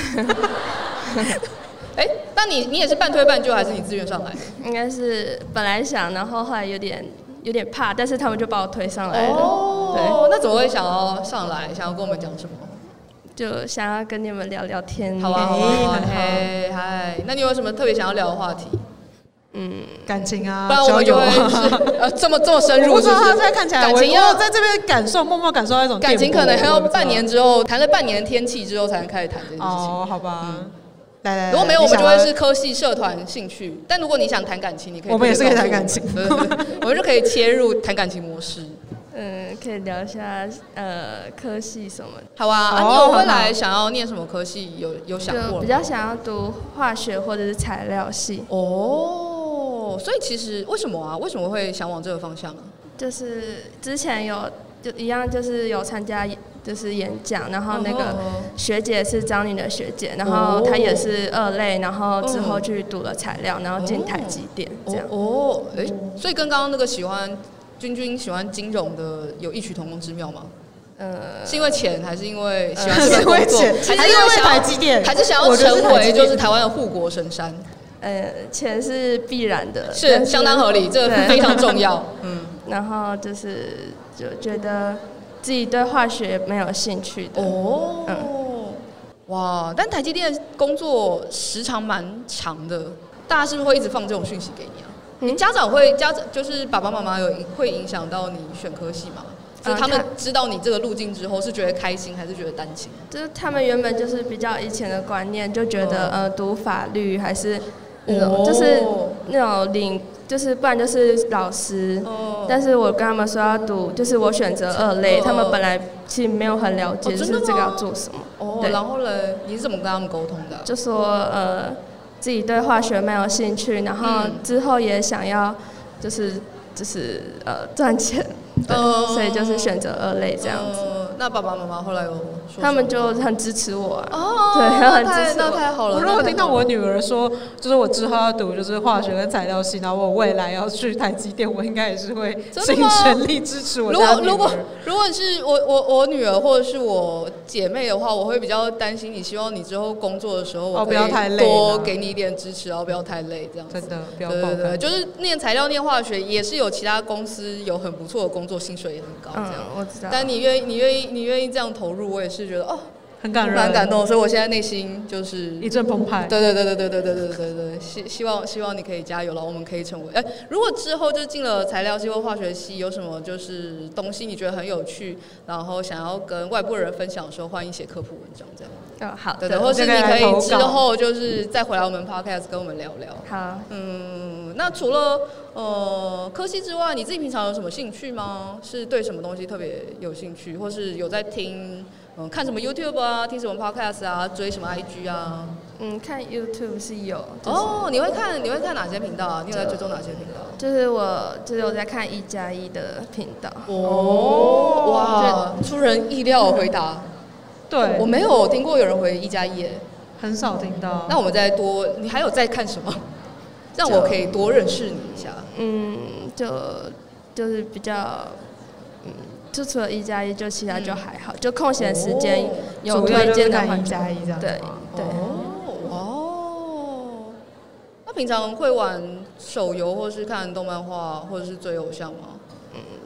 哎，那你你也是半推半就，还是你自愿上来？ 应该是本来想，然后后来有点有点怕，但是他们就把我推上来了。 哦， 对， 那怎么会想要上来？想要跟我们讲什么？ 就想要跟你们聊聊天。 好啊，好啊，嘿，嗨，那你有什么特别想要聊的话题？ 嗯， 感情啊， 不然我们就会是呃这么这么深入。 我不知道他现在看起来， 感情要在这边感受，默默感受到一种感情，可能还要半年之后，谈了半年天气之后才能开始谈这件事情。 哦，好吧。嗯来来， 如果没有，我们就会是科系社团兴趣。但如果你想谈感情，你可以， 我们也是可以谈感情， 对对对，我们就可以切入谈感情模式。 嗯，可以聊一下呃科系什么的。 好啊，啊，你有未来想要念什么科系？有有想过吗？ 比较想要读化学或者是材料系。 哦，所以其实为什么啊？为什么会想往这个方向啊？ 就是之前有就一样，就是有参加。就是演讲，然后那个学姐是张宁的学姐，然后她也是二类，然后之后去读了材料，然后进台积电这样。 哦，哎，所以跟刚刚那个喜欢君君喜欢金融的有异曲同工之妙吗？呃，是因为钱，还是因为喜欢这份工作，还是因为台积电，还是想要成为就是台湾的护国神山？ 呃，钱是必然的， 是相当合理，这个非常重要。嗯， 然后就是就觉得。自己对化学没有兴趣的哦，嗯，哇！但台积电工作时长蛮长的，大家是不是会一直放这种讯息给你啊？嗯、你家长会家长就是爸爸妈妈有会影响到你选科系吗？就是他们知道你这个路径之后，是觉得开心还是觉得担心？ 就是他们原本就是比较以前的观念，就觉得、嗯、呃读法律还是那种、哦、就是那种领。就是不然就是老师，哦、但是我跟他们说要读，就是我选择二类，哦、他们本来其实没有很了解，哦、就是这个要做什么。 哦，然后呢，你是怎么跟他们沟通的、啊？ 就说呃自己对化学蛮有兴趣，然后之后也想要就是就是呃赚钱，对，哦、所以就是选择二类这样子。哦那爸爸妈妈后来有说， 他们就很支持我啊。 哦， 对，很支持我。那太好了。 我如果听到我女儿说，就是我之后要读就是化学跟材料系，然后我未来要去台积电，我应该也是会尽全力支持我家女儿。 如果如果如果是我我我女儿或者是我姐妹的话，我会比较担心你，希望你之后工作的时候，我可以多给你一点支持，然后不要太累，这样子。 真的，不要对对对，就是念材料、念化学，也是有其他公司有很不错的工作，薪水也很高，这样。 嗯，我知道。 但你愿意，你愿意。你愿意这样投入，我也是觉得哦， 很感人， 蛮感动，所以我现在内心就是一阵澎湃。 对对对对对对对对对对，希希望希望你可以加油了，我们可以成为哎，如果之后就进了材料系或化学系，有什么就是东西你觉得很有趣，然后想要跟外部人分享的时候，欢迎写科普文章这样。 哦，好的。 对对，或是你可以之后就是再回来我们 podcast 跟我们聊聊。 好。 嗯，那除了呃科系之外，你自己平常有什么兴趣吗？是对什么东西特别有兴趣，或是有在听嗯看什么 YouTube 啊，听什么 podcast 啊，追什么 I G 啊？ 嗯，看 YouTube 是有。就是、 哦，你会看你会看哪些频道啊？你有在追踪哪些频道？ 就是我就是我在看一加一的频道。 哦，哇，出人意料的回答。 对， 我没有听过有人回一加一， 很少听到。 那我们再多，你还有在看什么？让我可以多认识你一下。 嗯，就就是比较，嗯，就除了一加一，就其他就还好，嗯、就空闲时间有推荐的话， 一加一这样。 对对。 哦哦，那平常会玩手游，或是看动漫画，或者是追偶像吗？ 嗯，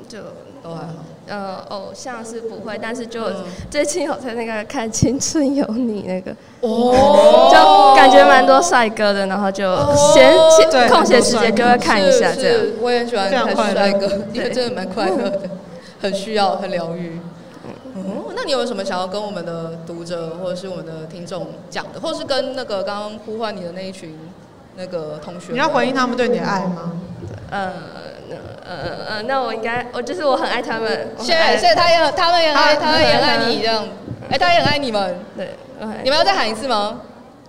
就都还好。 呃，偶像是不会，但是就最近有在那个看《青春有你》那个，哦，就感觉蛮多帅哥的，然后就闲闲空闲时间就会看一下这样。 我也很喜欢看帅哥，因为真的蛮快乐的，很需要，很疗愈。嗯，那你有什么想要跟我们的读者或者是我们的听众讲的，或者是跟那个刚刚呼唤你的那一群那个同学？ 你要回应他们对你的爱吗？ 呃。呃呃，那我应该，我就是我很爱他们， 谢谢，谢谢他也，他们也很爱，他们也很爱你这样，哎、欸，他也很爱你们， 对， 你们要再喊一次吗？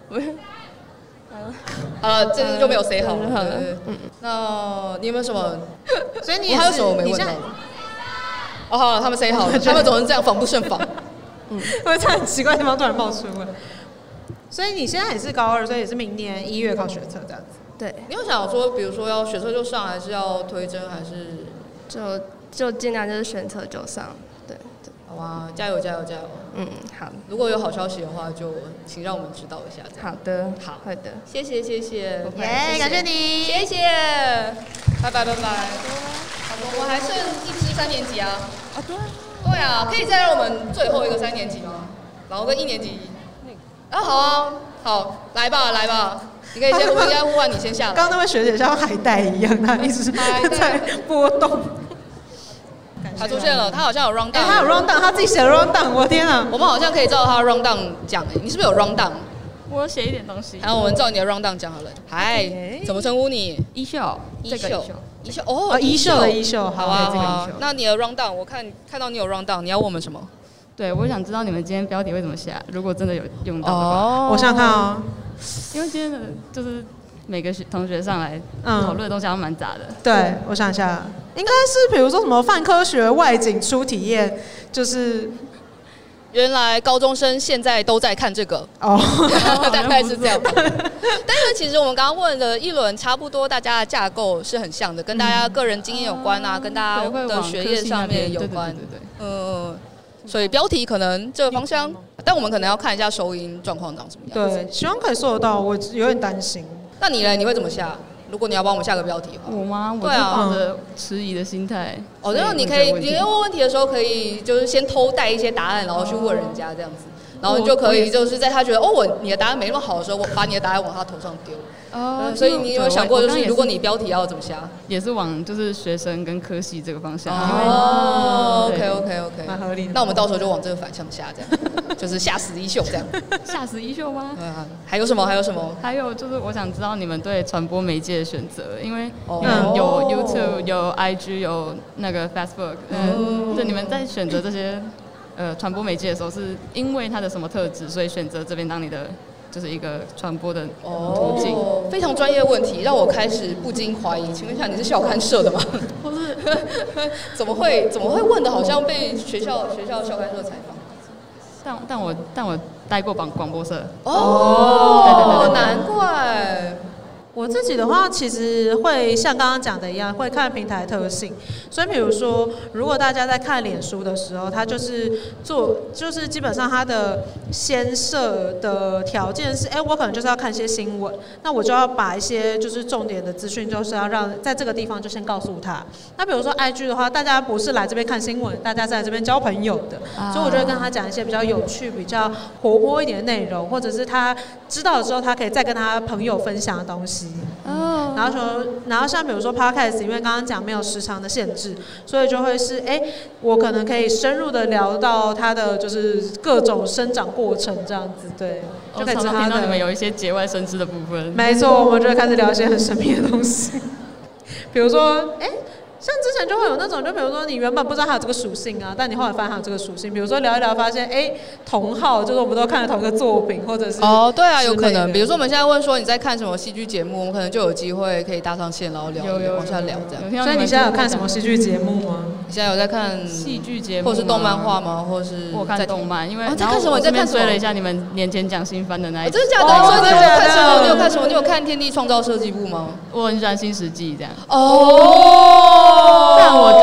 好了，这次就没有 say 好了，好了，嗯，那你有没有什么？ 所以你还有什么我没问到？哦，好了，他们 say 好了，他们总是这样防不胜防， 嗯，会在很奇怪的地方突然冒出来。所以你现在也是高二，所以也是明年一月考学测这样子。 对， 你有想说，比如说要学测就上，还是要推甄，还是就就尽量就是选测就上，对。 好啊，加油加油加油！ 嗯，好。 如果有好消息的话，就请让我们知道一下。 好的， 好， 会的。 谢谢谢谢， 耶，感谢你， 谢谢，拜拜拜拜。好，我们还剩一支三年级啊。啊，对。对啊，可以再让我们最后一个三年级吗？然后跟一年级。啊，好啊，好，来吧来吧。你可以先，我应该呼唤你先下来。 刚刚那位学姐像海带一样，她一直在波动。 她出现了，她好像有 round down， 她有 round down， 她自己写的 round down， 我的天啊！ 我们好像可以照她的 round down 讲，哎，你是不是有 round down？ 我写一点东西。 然后我们照你的 round down 讲好了。嗨，怎么称呼你？ 一秀， 一秀，一秀， 哦，一秀的一秀， 好啊好。那你的 round down， 我看看到你有 round down， 你要问我们什么？ 对，我想知道你们今天标题会怎么下，如果真的有用到的话。 哦，我想看啊， 因为今天的就是每个同学上来讨论的东西还蛮杂的。 对，我想一下，应该是比如说什么泛科学外景初体验，就是原来高中生现在都在看这个哦，大概是这样吧。但是其实我们刚刚问的一轮差不多，大家的架构是很像的，跟大家个人经验有关啊，跟大家的学业上面有关。对对对，嗯。所以标题可能这个方向，但我们可能要看一下收音状况长什么样子。 对，希望可以收得到，我有点担心。 那你呢？你会怎么下？如果你要帮我们下个标题的话， 我吗？我是抱着迟疑的心态。 哦，然后你可以，你问问题的时候可以就是先偷带一些答案，然后去问人家这样子，然后你就可以就是在他觉得哦我你的答案没那么好的时候，我把你的答案往他头上丢。哦，所以你有想过，就是如果你标题要怎么下， 也是往就是学生跟科系这个方向。 哦 ，OK OK OK， 蛮合理的。 那我们到时候就往这个反向下，这样就是吓死一秀这样。 吓死一秀吗？ 还有什么？还有什么？ 还有就是我想知道你们对传播媒介的选择，因为因为有 YouTube、有 I G、有那个 Facebook， 嗯，就你们在选择这些呃传播媒介的时候，是因为它的什么特质，所以选择这边当你的。就是一个传播的途径， 哦，非常专业问题，让我开始不禁怀疑。请问一下，你是校刊社的吗？ 不是， 怎么会怎么会问的？好像被学校学校校刊社采访。 但但我但我待过广广播社。 哦，对对对，难怪。 我自己的话，其实会像刚刚讲的一样，会看平台特性。所以，比如说，如果大家在看脸书的时候，它就是做，就是基本上它的先设的条件是，哎，我可能就是要看一些新闻，那我就要把一些就是重点的资讯，就是要让在这个地方就先告诉他。那比如说 I G 的话，大家不是来这边看新闻，大家是来这边交朋友的，啊、所以我就会跟他讲一些比较有趣、比较活泼一点的内容，或者是他知道了之后，他可以再跟他朋友分享的东西。哦，然后说，然后像比如说 Podcast， 因为刚刚讲没有时长的限制，所以就会是，哎，我可能可以深入的聊到它的就是各种生长过程这样子，对， 就可以知道听到你们有一些节外生枝的部分。 没错，我们就会开始聊一些很神秘的东西，比如说，哎。像之前就会有那种，就比如说你原本不知道它有这个属性啊，但你后来发现它有这个属性。比如说聊一聊，发现哎，同号就是我们都看了同一个作品，或者是哦，对啊，有可能。比如说我们现在问说你在看什么戏剧节目，我们可能就有机会可以搭上线，然后聊，往下聊这样。 所以你现在有看什么戏剧节目吗？ 你现在有在看戏剧节目， 或是动漫画吗？或是我看动漫，因为你在看什么？你在看追了一下你们年前讲新番的那一集， 真的假的？哦，真的假的？看什么？你有看什么？你有看《天地创造设计部》吗？ 我很喜欢新世纪这样。 哦， 但我。我觉得我会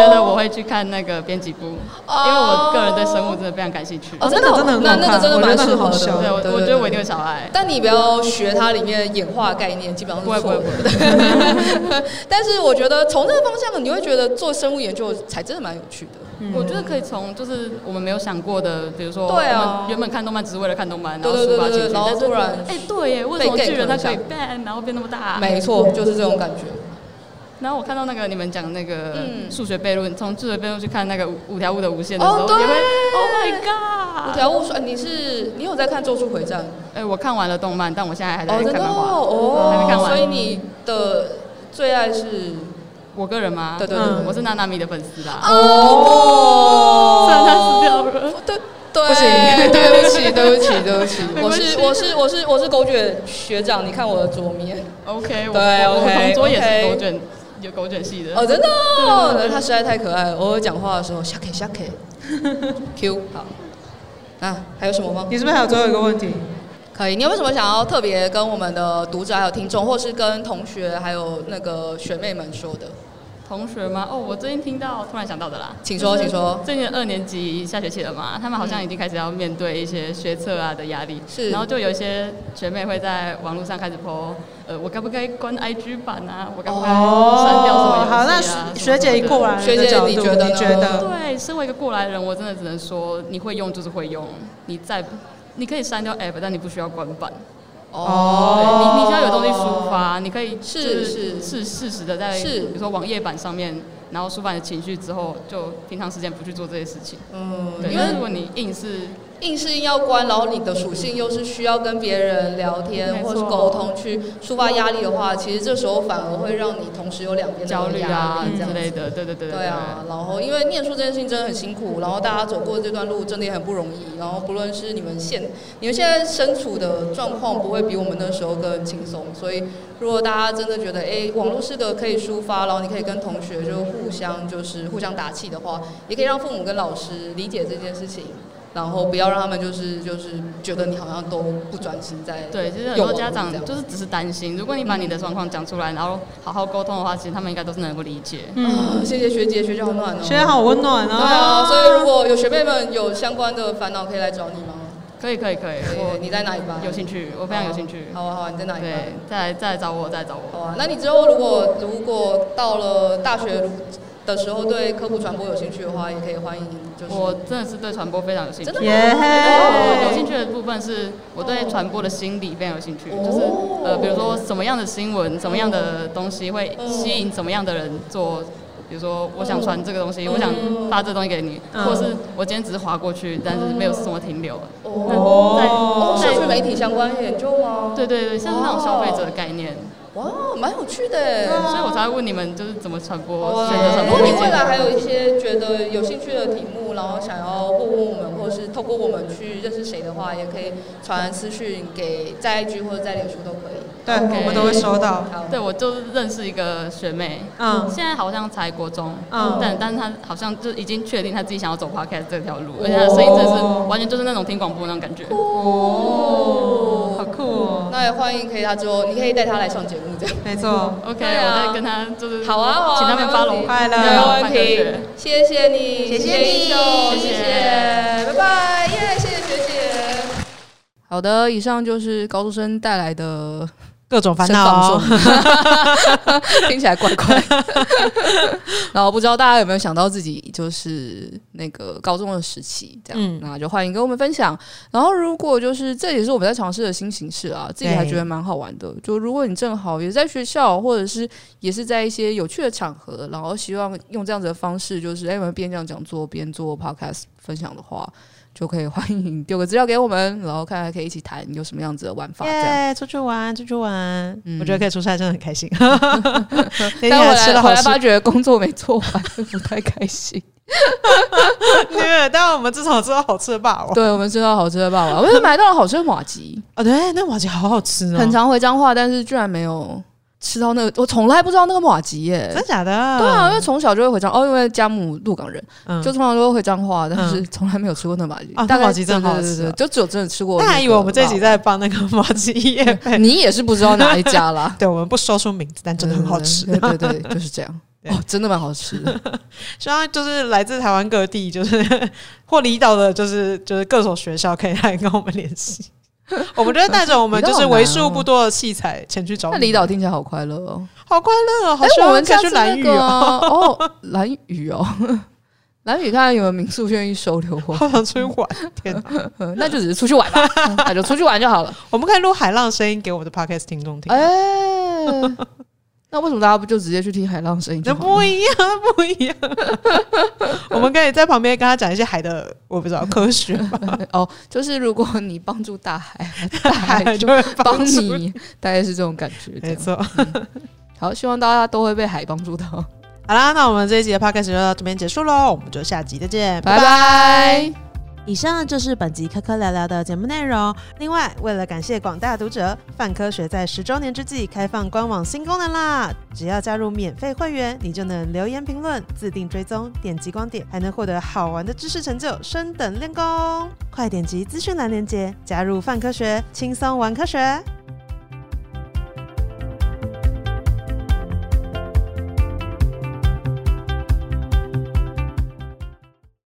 会去看那个编辑部，因为我个人对生物真的非常感兴趣。 哦，真的真的很好那那个真的蛮适合的。 对，我我觉得我一定会小爱。 但你不要学它里面演化概念，基本上是错的。但是我觉得从这个方向，你会觉得做生物研究才真的蛮有趣的。 嗯、我觉得可以从就是我们没有想过的，比如说对啊， 我们原本看动漫只是为了看动漫，然后抒发情绪， 然后突然哎、欸，对耶，为什么巨人它可以 ban， 然后变那么大？ 没错，就是这种感觉。 然后我看到那个你们讲那个数学悖论，从数学悖论去看那个五五条悟的无限的时候， 哦、 也会 Oh my God！ 五条悟说，你是你有在看《咒术回战》？ 哎、欸，我看完了动漫，但我现在还在看漫画， 哦， 还没看完。 所以你的最爱是？ 我个人吗？ 对对对， 我是娜娜米的粉丝啦。 哦， 虽然他死掉了。 对对，不行，对不起，对不起，对不起，我是我是我是我是狗卷学长，你看我的左面。 OK， 对 ，OK， 我同桌也是狗卷，有狗卷系的。 哦，真的哦，他实在太可爱了，偶尔讲话的时候，小 K 小 K，Q 好。啊，还有什么吗？ 你是不是还有最后一个问题？ 可以，你有没有什么想要特别跟我们的读者还有听众，或是跟同学还有那个学妹们说的？ 同学吗？哦，我最近听到，突然想到的啦。 请说，请说。 最近二年级下学期了嘛，他们好像已经开始要面对一些学测啊的压力。 是。 然后就有一些学妹会在网络上开始 po， 呃，我该不该关 I G 版啊？我该不该删掉什么游戏啊？ 好，那学姐一过来， 学姐你觉得？ 你觉得？ 对，身为一个过来人，我真的只能说，你会用就是会用，你再你可以删掉 app， 但你不需要关版。哦，你你需要有东西抒发，你可以是是是适时的在，比如说网页版上面，然后抒发你的情绪之后，就平常时间不去做这些事情。嗯，对。因为如果你硬是硬是硬要关，然后你的属性又是需要跟别人聊天或是沟通去抒发压力的话，其实这时候反而会让你同时有两边的焦虑啊之类的。对对对对啊，然后因为念书这件事情真的很辛苦，然后大家走过这段路真的也很不容易。然后不论是你们现你们现在身处的状况，不会比我们那时候更轻松。所以如果大家真的觉得，哎，网络是个可以抒发，然后你可以跟同学就互相就是互相打气的话，也可以让父母跟老师理解这件事情。然后不要让他们就是就是觉得你好像都不专心在对，其实很多家长就是只是担心，如果你把你的状况讲出来，然后好好沟通的话，其实他们应该都是能够理解。 嗯，谢谢学姐，学姐好暖哦， 学姐好温暖哦。 对啊，所以如果有学妹们有相关的烦恼，可以来找你吗？ 可以可以可以， 我你在哪一班？ 有兴趣，我非常有兴趣。 好啊好啊，你在哪一班？ 对，再来再来找我，再来找我。 好啊，那你之后如果如果到了大学的时候对科普传播有兴趣的话，也可以欢迎。就是我真的是对传播非常有兴趣。 真的吗？ 我有兴趣的部分是我对传播的心理非常有兴趣，就是呃，比如说什么样的新闻、什么样的东西会吸引什么样的人做。比如说，我想传这个东西，我想发这个东西给你，或者是我今天只是滑过去，但是没有什么停留。 哦，在社区媒体相关研究吗？ 对对对，像是那种消费者的概念。 哇，蛮有趣的， 所以我才会问你们，就是怎么传播，选择传播。 如果你未来还有一些觉得有兴趣的题目，然后想要问问我们，或者是透过我们去认识谁的话，也可以传私讯给在 I G 或者在脸书都可以。 对，我们都会收到。 对，我就认识一个学妹，嗯，现在好像才国中，嗯，但但是她好像就已经确定她自己想要走 podcast 这条路，而且她的声音真的是完全就是那种听广播那种感觉。 哦，好酷哦！ 那也欢迎可以她之后，你可以带她来上节目这样。 没错 ，OK，我再跟她就是好啊好啊， 请他们发龙快乐， 没问题。谢谢你， 谢谢你， 谢谢，拜拜，耶，谢谢学姐。好的，以上就是高中生带来的。 各种烦恼， 听起来怪怪。然后不知道大家有没有想到自己就是那个高中的时期，这样，嗯、那就欢迎跟我们分享。然后如果就是这也是我们在尝试的新形式啊，自己还觉得蛮好玩的。就如果你正好也在学校，或者是也是在一些有趣的场合，然后希望用这样子的方式，就是哎，我们边这样讲座边做 podcast 分享的话。就可以欢迎丢个资料给我们，然后看看可以一起谈有什么样子的玩法。耶、 yeah, 出去玩，出去玩、嗯，我觉得可以出差，真的很开心。 但回来回来发觉工作没做完，不太开心。 对，但我们至少吃到好吃的霸王。 对，我们吃到好吃的霸王，我们买到了好吃的麻糬。 哦，对，那麻糬好好吃哦。 很常回彰化，但是居然没有。吃到那个，我从来不知道那个麻糬耶， 真的假的？ 对啊，因为从小就会回彰哦，因为家母鹿港人，嗯、就通常都会回彰化，但是从来没有吃过那麻糬。 啊，那麻糬真的好吃， 就只有真的吃过。 他还以为我们这一集在帮那个麻糬业配， 你也是不知道哪一家啦。 对，我们不说出名字，但真的很好吃。 对对对，就是这样。 哦，真的蛮好吃的。 希望就是来自台湾各地，就是或离岛的，就是就是各所学校可以来跟我们联系。我们就会带着我们就是为数不多的器材前去找你。 那离岛听起来好快乐哦， 好快乐哦！好希望可以去兰屿哦。哦，兰屿哦，兰屿看看有没有民宿愿意收留我。 好想出去玩，天哪！ 那就只是出去玩吧，那就出去玩就好了。 我们可以录海浪声音给我的 podcast 听众听。 哎、欸，那为什么大家不就直接去听海浪声音？ 那不一样，不一样。我们可以在旁边跟他讲一些海的，我不知道科学吧。 哦，就是如果你帮助大海，大海就会帮你，大概是这种感觉。 没错、 嗯。好，希望大家都会被海帮助到。 好啦，那我们这一集的 podcast 就到这边结束咯，我们就下集再见， 拜拜。 以上就是本集科科聊聊的节目内容。另外，为了感谢广大读者，泛科学在十周年之际开放官网新功能啦！只要加入免费会员，你就能留言评论、自定追踪、点击光点，还能获得好玩的知识成就，升等练功。快点击资讯栏连结，加入泛科学，轻松玩科学。